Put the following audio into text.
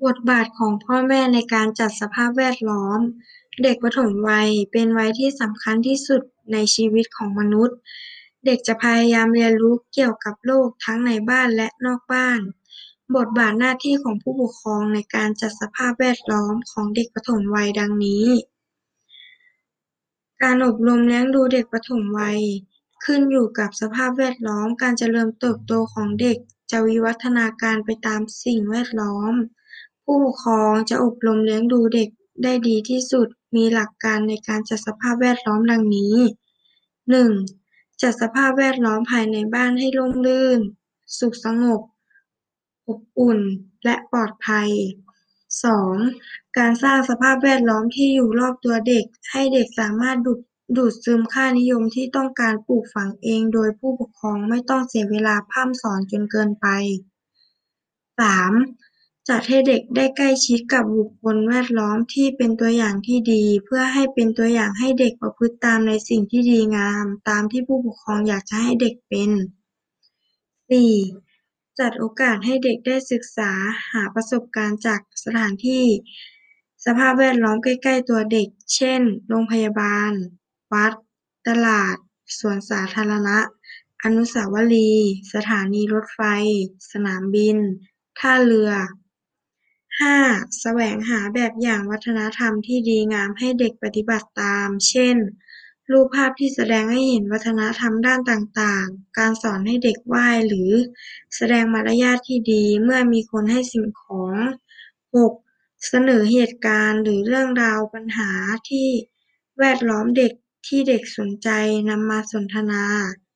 ทบาทของพ่อแม่ในการจัดสภาพแวดล้อมเด็กปฐมวัยเป็นวัยที่สำคัญที่สุดในชีวิตของมนุษย์เด็กจะพยายามเรียนรู้เกี่ยวกับโลกทั้งในบ้านและนอกบ้านบทบาทหน้าที่ของผู้ปกครองในการจัดสภาพแวดล้อมของเด็กปฐมวัยดังนี้ การอบรมเลี้ยงดูเด็กปฐมวัยขึ้นอยู่กับสภาพแวดล้อมการเจริญเติบโตของเด็กจะวิวัฒนาการไปตามสิ่งแวดล้อมผู้ปกครองจะอบรมเลี้ยงดูเด็กได้ดีที่สุดมีหลักการในการจัดสภาพแวดล้อมดังนี้หนึ่งจัดสภาพแวดล้อมภายในบ้านให้ร่มรื่นสุขสงบอบอุ่นและปลอดภัย 2. การสร้างสภาพแวดล้อมที่อยู่รอบตัวเด็กให้เด็กสามารถดูดซึมค่านิยมที่ต้องการปลูกฝังเองโดยผู้พปกครองไม่ต้องเสียเวลาพร่ำสอนจนเกินไป 3. จัดให้เด็กได้ใกล้ชิดกับบุคคลแวดล้อมที่เป็นตัวอย่างที่ดีเพื่อให้เป็นตัวอย่างให้เด็กประพฤติตามในสิ่งที่ดีงามตามที่ผู้ปกครองอยากจะให้เด็กเป็น 4. จัดโอกาสให้เด็กได้ศึกษาหาประสบการณ์จากสถานที่สภาพแวดล้อมใกล้ๆตัวเด็ก เช่น โรงพยาบาล วัด ตลาด สวนสาธารณะ อนุสาวรีย์ สถานีรถไฟ สนามบิน ท่าเรือ 5. แสวงหาแบบอย่างวัฒนธรรมที่ดีงามให้เด็กปฏิบัติตาม เช่น รูปภาพที่แสดงให้เห็นวัฒนธรรมด้านต่างๆ การสอนให้เด็กไหว้หรือแสดงมารยาทที่ดีเมื่อมีคนให้สิ่งของ 6. เสนอเหตุการณ์หรือเรื่องราวปัญหาที่แวดล้อมเด็กที่เด็กสนใจนำมาสนทนา